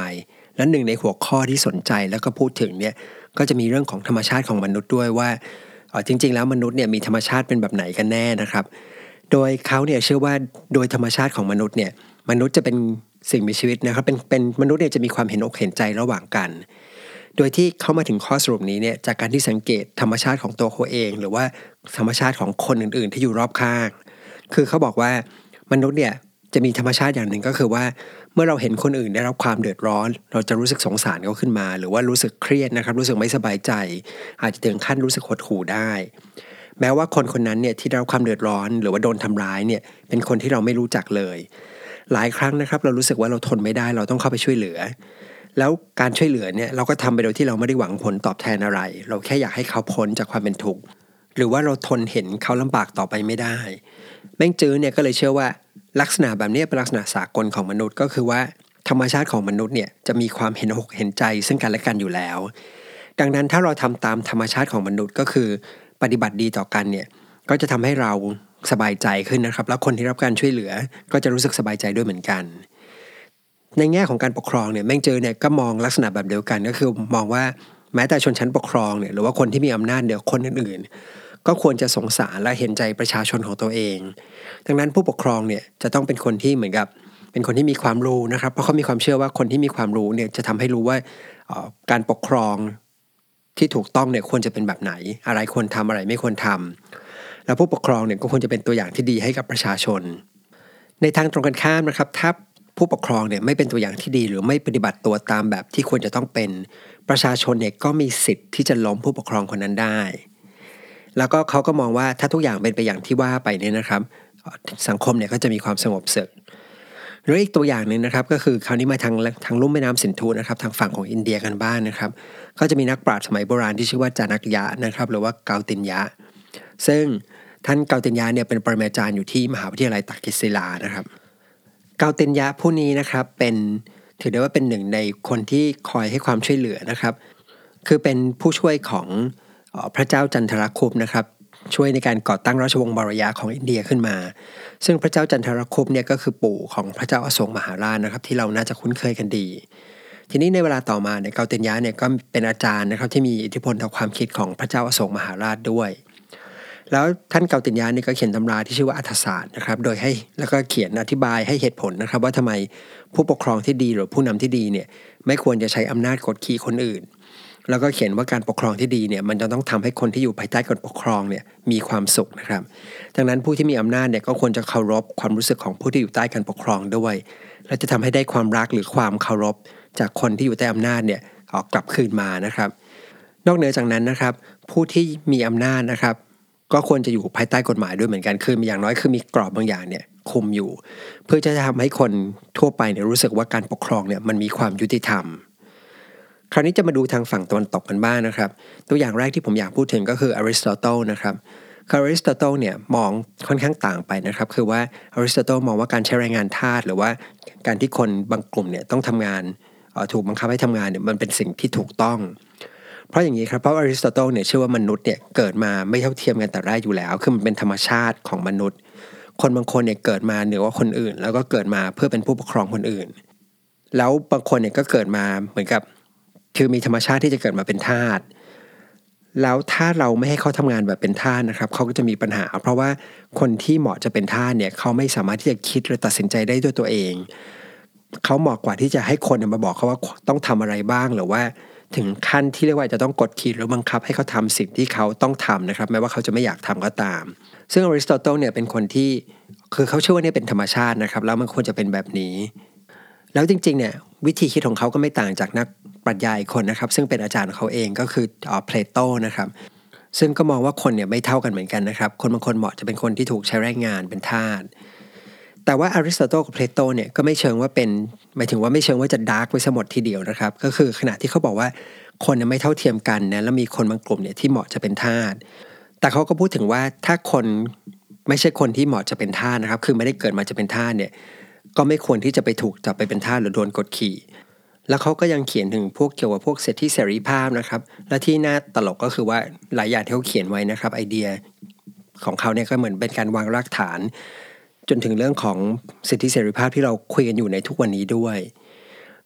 และหนึ่งในหัวข้อที่สนใจแล้วก็พูดถึงเนี่ยก็จะมีเรื่องของธรรมชาติของมนุษย์ด้วยว่าจริงๆแล้วมนุษย์เนี่ยมีธรรมชาติเป็นแบบไหนกันแน่นะครับโดยเขาเนี่ยเชื่อว่าโดยธรรมชาติของมนุษย์เนี่ยมนุษย์จะเป็นสิ่งมีชีวิตนะครับเป็นมนุษย์เนี่ยจะมีความเห็นอกเห็นใจระหว่างกันโดยที่เขามาถึงข้อสรุปนี้เนี่ยจากการที่สังเกตธรรมชาติของตัวเขาเองหรือว่าธรรมชาติของคนอื่นๆที่อยู่รอบข้างคือเขาบอกว่ามนุษย์เนี่ยจะมีธรรมชาติอย่างหนึ่งก็คือว่าเมื่อเราเห็นคนอื่นได้รับความเดือดร้อนเราจะรู้สึกสงสารเขาขึ้นมาหรือว่ารู้สึกเครียดนะครับรู้สึกไม่สบายใจอาจจะถึงขั้นรู้สึกหดหู่ได้แม้ว่าคนคนนั้นเนี่ยที่ได้รับความเดือดร้อนหรือว่าโดนทำร้ายเนี่ยเป็นคนที่เราไม่รู้จักเลยหลายครั้งนะครับเรารู้สึกว่าเราทนไม่ได้เราต้องเข้าไปช่วยเหลือแล้วการช่วยเหลือเนี่ยเราก็ทำไปโดยที่เราไม่ได้หวังผลตอบแทนอะไรเราแค่อยากให้เขาพ้นจากความเป็นทุกข์หรือว่าเราทนเห็นเขาลำบากต่อไปไม่ได้แม่งจื้อเนี่ยก็เลยเชื่อว่าลักษณะแบบนี้เป็นลักษณะสากลของมนุษย์ก็คือว่าธรรมชาติของมนุษย์เนี่ยจะมีความเห็นอกเห็นใจซึ่งกันและกันอยู่แล้วดังนั้นถ้าเราทำตามธรรมชาติของมนุษย์ก็คือปฏิบัติดีต่อกันเนี่ยก็จะทำให้เราสบายใจขึ้นนะครับแล้วคนที่รับการช่วยเหลือก็จะรู้สึกสบายใจด้วยเหมือนกันในแง่ของการปกครองเนี่ยแม่งเจอเนี่ยก็มองลักษณะแบบเดียวกันก็คือมองว่าแม้แต่ชนชั้นปกครองเนี่ยหรือว่าคนที่มีอำนาจเหนือคนอื่นๆก็ควรจะสงสารและเห็นใจประชาชนของตัวเองดังนั้นผู้ปกครองเนี่ยจะต้องเป็นคนที่เหมือนกับเป็นคนที่มีความรู้นะครับเพราะเขามีความเชื่อว่าคนที่มีความรู้เนี่ยจะทำให้รู้ว่าการปกครองที่ถูกต้องเนี่ยควรจะเป็นแบบไหนอะไรควรทำอะไรไม่ควรทำแล้วผู้ปกครองเนี่ยก็ควรจะเป็นตัวอย่างที่ดีให้กับประชาชนในทางตรงกันข้ามนะครับถ้าผู้ปกครองเนี่ยไม่เป็นตัวอย่างที่ดีหรือไม่ปฏิบัติตัวตามแบบที่ควรจะต้องเป็นประชาชนเนี่ยก็มีสิทธิ์ที่จะล้มผู้ปกครองคนนั้นได้แล้วก็เขาก็มองว่าถ้าทุกอย่างเป็นไปอย่างที่ว่าไปเนี่ยนะครับสังคมเนี่ยก็จะมีความสงบสุขหรืออีกตัวอย่างหนึ่งนะครับก็คือคราวนี้มาทางลุ่มแม่น้ำสินธุนะครับทางฝั่งของอินเดียกันบ้างนะครับก็จะมีนักปราชญ์สมัยโบราณที่ชื่อว่าจานักยะนะครับหรือว่าเกาตินยะซึ่งท่านเกาตินยะเนี่ยเป็นปรมาจารย์อยู่ที่มหาวิทยาลัยตักกิศิลานะครับเกาตินยะผู้นี้นะครับเป็นถือได้ว่าเป็นหนึ่งในคนที่คอยให้ความช่วยเหลือนะครับคือเป็นผู้ช่วยของพระเจ้าจันทรคุปนะครับช่วยในการก่อตั้งราชวงศ์มารยาของอินเดียขึ้นมาซึ่งพระเจ้าจันทรคุปเนี่ยก็คือปู่ของพระเจ้าอโศกมหาราชนะครับที่เราน่าจะคุ้นเคยกันดีทีนี้ในเวลาต่อมาเนี่ยเกาตินยะเนี่ยก็เป็นอาจารย์นะครับที่มีอิทธิพลต่อความคิดของพระเจ้าอโศกมหาราชด้วยแล้วท่านเกาตินยะนี่ก็เขียนตำราที่ชื่อว่าอัฏฐศาสตร์นะครับโดยให้แล้วก็เขียนอธิบายให้เหตุผลนะครับว่าทำไมผู้ปกครองที่ดีหรือผู้นำที่ดีเนี่ยไม่ควรจะใช้อำนาจกดขี่คนอื่นแล้วก็เขียนว่าการปกครองที่ดีเนี่ยมันจะต้องทำให้คนที่อยู่ภายใต้การปกครองเนี่ยมีความสุขนะครับดังนั้นผู้ที่มีอำนาจเนี่ยก็ควรจะเคารพความรู้สึกของผู้ที่อยู่ใต้การปกครองด้วยและจะทำให้ได้ความรักหรือความเคารพจากคนที่อยู่ใต้อำนาจเนี่ยกลับคืนมานะครับนอกเหนือจากนั้นนะครับผู้ที่มีอำนาจนะครับก็ควรจะอยู่ภายใต้กฎหมายด้วยเหมือนกันคืออย่างน้อยคือมีกรอบบางอย่างเนี่ยคุมอยู่เพื่อจะทำให้คนทั่วไปเนี่ยรู้สึกว่าการปกครองเนี่ยมันมีความยุติธรรมคราวนี้จะมาดูทางฝั่งตะวันตกกันบ้างนะครับตัวอย่างแรกที่ผมอยากพูดถึงก็คืออริสโตเติลนะครับอริสโตเติลเนี่ยมองค่อนข้างต่างไปนะครับคือว่าอริสโตเติลมองว่าการใช้แรงงานทาสหรือว่าการที่คนบางกลุ่มเนี่ยต้องทำงานถูกบังคับให้ทำงานเนี่ยมันเป็นสิ่งที่ถูกต้องเพราะอย่างนี้ครับเพราะอริสโตเติลเนี่ยเชื่อว่ามนุษย์เนี่ยเกิดมาไม่เท่าเทียมกันแต่แรกอยู่แล้วคือมันเป็นธรรมชาติของมนุษย์คนบางคนเนี่ยเกิดมาเหนือกว่าคนอื่นแล้วก็เกิดมาเพื่อเป็นผู้ปกครองคนอื่นแล้วบางคนเนี่ยก็เกิดมาเหมือนกับคือมีธรรมชาติที่จะเกิดมาเป็นทาสแล้วถ้าเราไม่ให้เขาทำงานแบบเป็นทาสนะครับเขาก็จะมีปัญหาเพราะว่าคนที่เหมาะจะเป็นทาสเนี่ยเขาไม่สามารถที่จะคิดหรือตัดสินใจได้ด้วยตัวเองเขาเหมาะกว่าที่จะให้คนมาบอกเขาว่าต้องทำอะไรบ้างหรือว่าถึงขั้นที่เรียกว่าจะต้องกดขี่หรือบังคับให้เขาทำสิ่งที่เขาต้องทำนะครับแม้ว่าเขาจะไม่อยากทำก็ตามซึ่งอริสโตเติลเนี่ยเป็นคนที่คือเขาเชื่อว่านี่เป็นธรรมชาตินะครับแล้วมันควรจะเป็นแบบนี้แล้วจริงๆเนี่ยวิธีคิดของเขาก็ไม่ต่างจากนักปรัชญาอีกคนนะครับซึ่งเป็นอาจารย์ของเขาเองก็คือเพลโตนะครับซึ่งก็มองว่าคนเนี่ยไม่เท่ากันเหมือนกันนะครับคนบางคนเหมาะจะเป็นคนที่ถูกใช้แรงงานเป็นทาสแต่ว่าอริสโตเติลกับเพลโตเนี่ยก็ไม่เชิงว่าเป็นหมายถึงว่าไม่เชิงว่าจะดาร์กไว้ซะหมดทีเดียวนะครับก็คือขณะที่เขาบอกว่าคนเนี่ยไม่เท่าเทียมกันนะแล้วมีคนบางกลุ่มเนี่ยที่เหมาะจะเป็นทาสแต่เขาก็พูดถึงว่าถ้าคนไม่ใช่คนที่เหมาะจะเป็นทาสนะครับคือไม่ได้เกิดมาจะเป็นทาสเนี่ยก็ไม่ควรที่จะไปถูกจับไปเป็นทาสหรือโดนกดขี่แล้วเขาก็ยังเขียนถึงพวกเกี่ยวกับพวกสิทธิเสรีภาพนะครับและที่น่าตลกก็คือว่าหลายอย่างที่เขาเขียนไว้นะครับไอเดียของเขาเนี่ยก็เหมือนเป็นการวางรากฐานจนถึงเรื่องของสิทธิเสรีภาพที่เราคุยกันอยู่ในทุกวันนี้ด้วย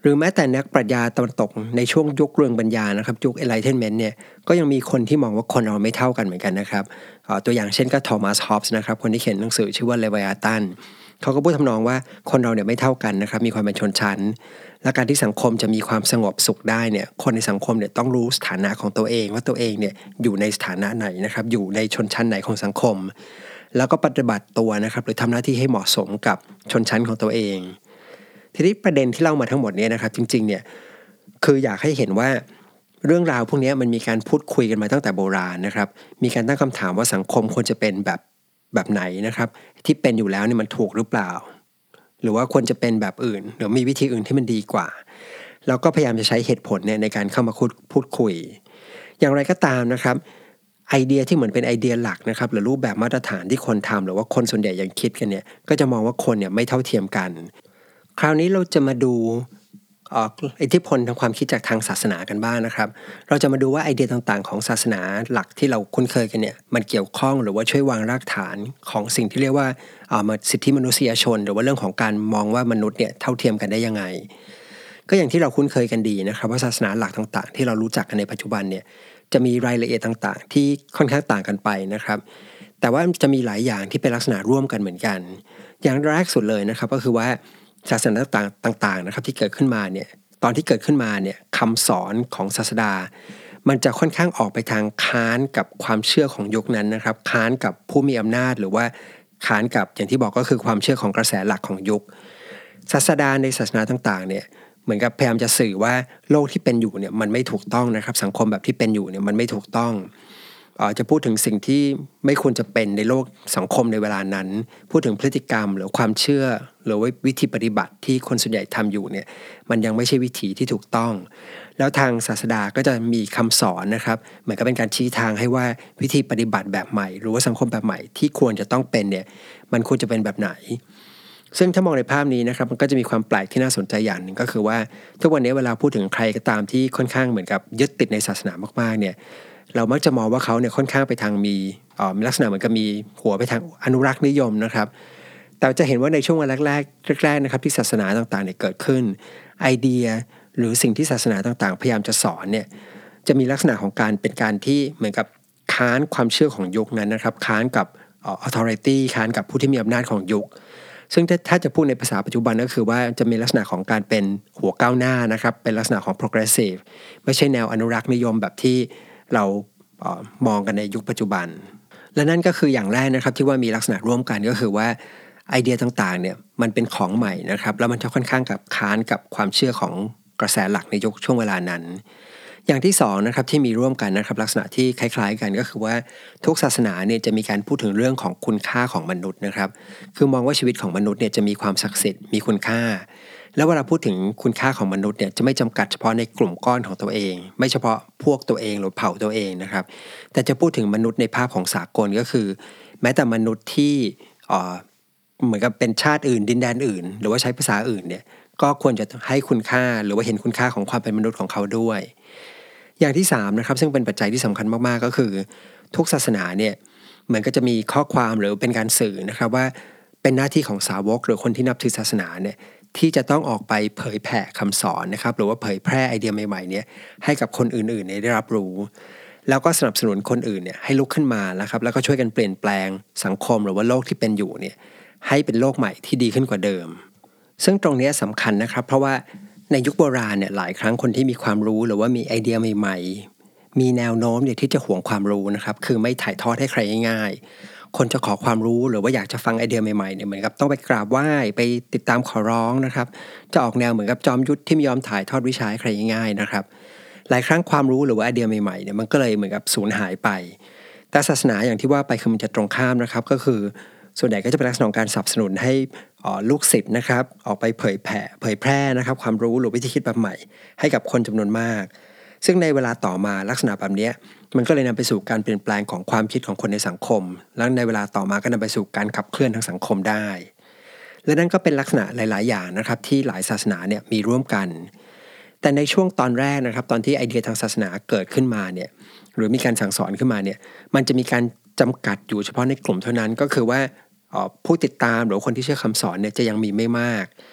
หรือแม้แต่นักปรัชญาตะวันตกในช่วงยุคเรืองปัญญานะครับยุค Enlightenment เนี่ยก็ยังมีคนที่มองว่าคนเราไม่เท่ากันเหมือนกันนะครับตัวอย่างเช่นก็โทมัสฮอบส์นะครับคนที่เขียนหนังสือชื่อว่า Leviathan เขาก็พูดทำนองว่าคนเราเนี่ยไม่เท่ากันนะครับมีความเป็นชนชั้นและการที่สังคมจะมีความสงบสุขได้เนี่ยคนในสังคมเนี่ยต้องรู้สถานะของตัวเองว่าตัวเองเนี่ยอยู่ในสถานะไหนนะครับอยู่ในชนชั้นไหนของสังคมแล้วก็ปฏิบัติตัวนะครับหรือทำหน้าที่ให้เหมาะสมกับชนชั้นของตัวเองทีนี้ประเด็นที่เล่ามาทั้งหมดนี้นะครับจริงๆเนี่ยคืออยากให้เห็นว่าเรื่องราวพวกนี้มันมีการพูดคุยกันมาตั้งแต่โบราณนะครับมีการตั้งคำถามว่าสังคมควรจะเป็นแบบไหนนะครับที่เป็นอยู่แล้วนี่มันถูกหรือเปล่าหรือว่าควรจะเป็นแบบอื่นหรือมีวิธีอื่นที่มันดีกว่าแล้วก็พยายามจะใช้เหตุผลเนี่ยในการเข้ามาพูดคุยอย่างไรก็ตามนะครับไอเดียที่เหมือนเป็นไอเดียหลักนะครับหรือรูปแบบมาตรฐานที่คนทำหรือว่าคนส่วนใหญ่ยังคิดกันเนี่ยก็จะมองว่าคนเนี่ยไม่เท่าเทียมกันคราวนี้เราจะมาดูอิทธิพลทางความคิดจากทางศาสนากันบ้างนะครับเราจะมาดูว่าไอเดียต่างๆของศาสนาหลักที่เราคุ้นเคยกันเนี่ยมันเกี่ยวข้องหรือว่าช่วยวางรากฐานของสิ่งที่เรียกว่าสิทธิมนุษยชนหรือว่าเรื่องของการมองว่ามนุษย์เนี่ยเท่าเทียมกันได้ยังไงก็อย่างที่เราคุ้นเคยกันดีนะครับว่าศาสนาหลักต่างๆที่เรารู้จักกันในปัจจุบันเนี่ยจะมีรายละเอียดต่างๆที่ค่อนข้างต่างกันไปนะครับแต่ว่าจะมีหลายอย่างที่เป็นลักษณะร่วมกันเหมือนกันอย่างแรกสุดเลยนะครับก็คือว่าศาสนาต่างๆนะครับที่เกิดขึ้นมาเนี่ยตอนที่เกิดขึ้นมาเนี่ยคำสอนของศาสดามันจะค่อนข้างออกไปทางค้านกับความเชื่อของยุคนั้นนะครับค้านกับผู้มีอำนาจหรือว่าค้านกับอย่างที่บอกก็คือความเชื่อของกระแสหลักของยุคศาสดาในศาสนาต่างๆเนี่ยเหมือนกับพยายามจะสื่อว่าโลกที่เป็นอยู่เนี่ยมันไม่ถูกต้องนะครับสังคมแบบที่เป็นอยู่เนี่ยมันไม่ถูกต้องจะพูดถึงสิ่งที่ไม่ควรจะเป็นในโลกสังคมในเวลานั้นพูดถึงพฤติกรรมหรือความเชื่อหรือว่าวิธีปฏิบัติที่คนส่วนใหญ่ทำอยู่เนี่ยมันยังไม่ใช่วิถีที่ถูกต้องแล้วทางศาสดาก็จะมีคำสอนนะครับเหมือนกับเป็นการชี้ทางให้ว่าวิธีปฏิบัติแบบใหม่หรือว่าสังคมแบบใหม่ที่ควรจะต้องเป็นเนี่ยมันควรจะเป็นแบบไหนซึ่งถ้ามองในภาพนี้นะครับมันก็จะมีความแปลกที่น่าสนใจอย่างหนึ่งก็คือว่าทุกวันนี้เวลาพูดถึงใครก็ตามที่ค่อนข้างเหมือนกับยึดติดในศาสนามากๆเนี่ยเรามักจะมองว่าเขาเนี่ยค่อนข้างไปทางมีลักษณะเหมือนกับมีหัวไปทางอนุรักษ์นิยมนะครับแต่จะเห็นว่าในช่วงวันแรกนะครับที่ศาสนาต่างๆเนี่ยเกิดขึ้นไอเดียหรือสิ่งที่ศาสนาต่างๆพยายามจะสอนเนี่ยจะมีลักษณะของการเป็นการที่เหมือนกับค้านความเชื่อของยุคนั้นนะครับค้านกับauthority ค้านกับผู้ที่มีอำนาจของยุคซึ่งถ้าจะพูดในภาษาปัจจุบันก็คือว่าจะมีลักษณะของการเป็นหัวก้าวหน้านะครับเป็นลักษณะของ progressive ไม่ใช่แนวอนุรักษ์นิยมแบบที่เรามองกันในยุคปัจจุบันและนั่นก็คืออย่างแรกนะครับที่ว่ามีลักษณะร่วมกันก็คือว่าไอเดียต่างๆเนี่ยมันเป็นของใหม่นะครับแล้วมันจะค่อนข้างกับค้านกับความเชื่อของกระแสหลักในยุคช่วงเวลานั้นอย่างที่สองนะครับที่มีร่วมกันนะครับลักษณะที่คล้ายๆกันก็คือว่าทุกศาสนาเนี่ยจะมีการพูดถึงเรื่องของคุณค่าของมนุษย์นะครับคือมองว่าชีวิตของมนุษย์เนี่ยจะมีความศักดิ์สิทธิ์มีคุณค่าแล้วเวลาพูดถึงคุณค่าของมนุษย์เนี่ยจะไม่จำกัดเฉพาะในกลุ่มก้อนของตัวเองไม่เฉพาะพวกตัวเองหรือเผ่าตัวเองนะครับแต่จะพูดถึงมนุษย์ในภาพของสากลก็คือแม้แต่มนุษย์ที่เหมือนกับเป็นชาติอื่นดินแดนอื่นหรือว่าใช้ภาษาอื่นเนี่ยก็ควรจะให้คุณค่าหรือว่าเห็นคุณค่าของความเป็นมนุษย์ของเขาด้วยอย่างที่3นะครับซึ่งเป็นปัจจัยที่สำคัญมากๆก็คือทุกศาสนาเนี่ยเหมือนก็จะมีข้อความหรือเป็นการสื่อนะครับว่าเป็นหน้าที่ของสาวกหรือคนที่นับถือศาสนาเนี่ยที่จะต้องออกไปเผยแผ่คำสอนนะครับหรือว่าเผยแพร่ไอเดียใหม่ๆเนี่ยให้กับคนอื่นๆได้รับรู้แล้วก็สนับสนุนคนอื่นเนี่ยให้ลุกขึ้นมานะครับแล้วก็ช่วยกันเปลี่ยนแปลงสังคมหรือว่าโลกที่เป็นอยู่เนี่ยให้เป็นโลกใหม่ที่ดีขึ้นกว่าเดิมซึ่งตรงนี้สำคัญนะครับเพราะว่าในยุคโบราณเนี่ยหลายครั้งคนที่มีความรู้หรือว่ามีไอเดียใหม่ๆมีแนวโน้มเนี่ยที่จะหวงความรู้นะครับคือไม่ถ่ายทอดให้ใครง่ายๆคนจะขอความรู้หรือว่าอยากจะฟังไอเดียใหม่ๆเนี่ยเหมือนกับต้องไปกราบไหว้ไปติดตามขอร้องนะครับจะออกแนวเหมือนกับจอมยุทธที่ไม่ยอมถ่ายทอดวิชาให้ใครง่ายๆนะครับหลายครั้งความรู้หรือว่าไอเดียใหม่ๆเนี่ยมันก็เลยเหมือนกับสูญหายไปแต่ศาสนาอย่างที่ว่าไปคือมันจะตรงข้ามนะครับก็คือส่วนใหญ่ก็จะเป็นลักษณะของการสนับสนุนให้ลูกศิษย์นะครับออกไปเผยแพร่นะครับความรู้หรือวิธีคิดแบบใหม่ให้กับคนจำนวนมากซึ่งในเวลาต่อมาลักษณะแบบนี้มันก็เลยนำไปสู่การเปลี่ยนแปลงของความคิดของคนในสังคมแล้วในเวลาต่อมาก็นำไปสู่การขับเคลื่อนทางสังคมได้และนั่นก็เป็นลักษณะหลายๆอย่างนะครับที่หลายศาสนาเนี่ยมีร่วมกันแต่ในช่วงตอนแรกนะครับตอนที่ไอเดียทางศาสนาเกิดขึ้นมาเนี่ยหรือมีการสั่งสอนขึ้นมาเนี่ยมันจะมีการจำกัดอยู่เฉพาะในกลุ่มเท่านั้นก็คือว่าผู้ติดตามหรือคนที่เชื่อคำสอนเนี่ยจะยังมีไม่มาก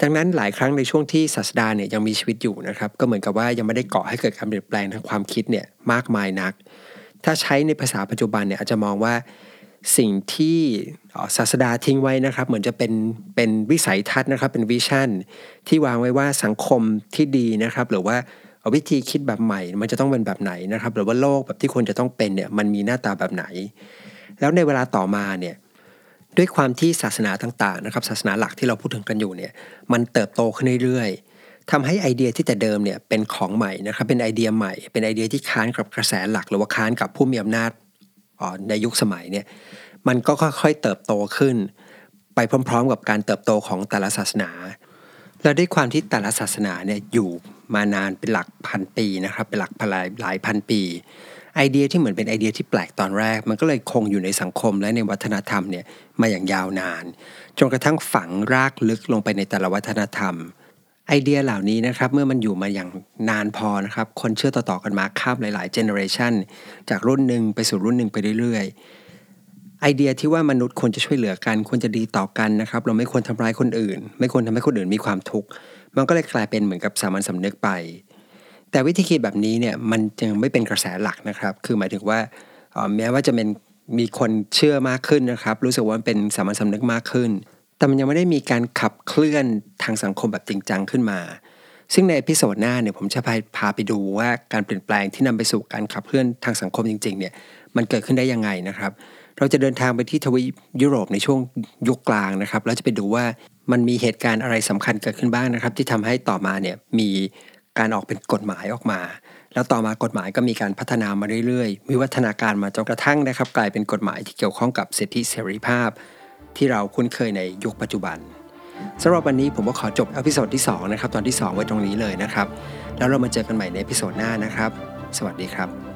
ดังนั้นหลายครั้งในช่วงที่ศาสดาเนี่ยยังมีชีวิตอยู่นะครับก็เหมือนกับว่ายังไม่ได้ก่อให้เกิดการเปลี่ยนแปลงทางความคิดเนี่ยมากมายนักถ้าใช้ในภาษาปัจจุบันเนี่ยอาจจะมองว่าสิ่งที่ศาสดาทิ้งไว้นะครับเหมือนจะเป็นวิสัยทัศน์นะครับเป็นวิชั่นที่วางไว้ว่าสังคมที่ดีนะครับหรือว่าวิธีคิดแบบใหม่มันจะต้องเป็นแบบไหนนะครับหรือว่าโลกแบบที่ควรจะต้องเป็นเนี่ยมันมีหน้าตาแบบไหนแล้วในเวลาต่อมาเนี่ยด้วยความที่ศาสนาต่างๆนะครับศาสนาหลักที่เราพูดถึงกันอยู่เนี่ยมันเติบโตขึ้นเรื่อยๆทำให้ไอเดียที่แต่เดิมเนี่ยเป็นของใหม่นะครับเป็นไอเดียใหม่เป็นไอเดียที่ค้านกับกระแสหลักหรือว่าค้านกับผู้มีอำนาจในยุคสมัยเนี่ยมันก็ค่อยๆเติบโตขึ้นไปพร้อมๆกับการเติบโตของแต่ละศาสนาและด้วยความที่แต่ละศาสนาเนี่ยอยู่มานานเป็นหลักพันปีนะครับเป็นหลักหลายพันปีไอเดียที่เหมือนเป็นไอเดียที่แปลกตอนแรกมันก็เลยคงอยู่ในสังคมและในวัฒนธรรมเนี่ยมาอย่างยาวนานจนกระทั่งฝังรากลึกลงไปในแต่ละวัฒนธรรมไอเดียเหล่านี้นะครับเมื่อมันอยู่มาอย่างนานพอนะครับคนเชื่อต่อๆกันมาข้ามหลายๆเจเนอเรชันจากรุ่นหนึ่งไปสู่รุ่นหนึ่งไปเรื่อยๆไอเดียที่ว่ามนุษย์ควรจะช่วยเหลือกันควรจะดีต่อกันนะครับเราไม่ควรทำร้ายคนอื่นไม่ควรทำให้คนอื่นมีความทุกข์มันก็เลยกลายเป็นเหมือนกับสามัญสำนึกไปแต่วิธีคิดแบบนี้เนี่ยมันยังไม่เป็นกระแสหลักนะครับคือหมายถึงว่าแม้ว่าจะมีคนเชื่อมากขึ้นนะครับรู้สึกว่าเป็นสามัญสำนึกมากขึ้นแต่มันยังไม่ได้มีการขับเคลื่อนทางสังคมแบบจริงจังขึ้นมาซึ่งในเอพิโซดหน้าเนี่ยผมจะพาไปดูว่าการเปลี่ยนแปลงที่นำไปสู่การขับเคลื่อนทางสังคมจริงๆเนี่ยมันเกิดขึ้นได้ยังไงนะครับเราจะเดินทางไปที่ทวีปยุโรปในช่วงยุคกลางนะครับแล้วจะไปดูว่ามันมีเหตุการณ์อะไรสำคัญเกิดขึ้นบ้างนะครับที่ทำให้ต่อมาเนี่ยมีการออกเป็นกฎหมายออกมาแล้วต่อมากฎหมายก็มีการพัฒนามาเรื่อยๆวิวัฒนาการมาจนกระทั่งนะครับกลายเป็นกฎหมายที่เกี่ยวข้องกับสิทธิเสรีภาพที่เราคุ้นเคยในยุคปัจจุบันสำหรับวันนี้ผมก็ขอจบเอพิโซดที่2นะครับตอนที่2ไว้ตรงนี้เลยนะครับแล้วเรามาเจอกันใหม่ในเอพิโซดหน้านะครับสวัสดีครับ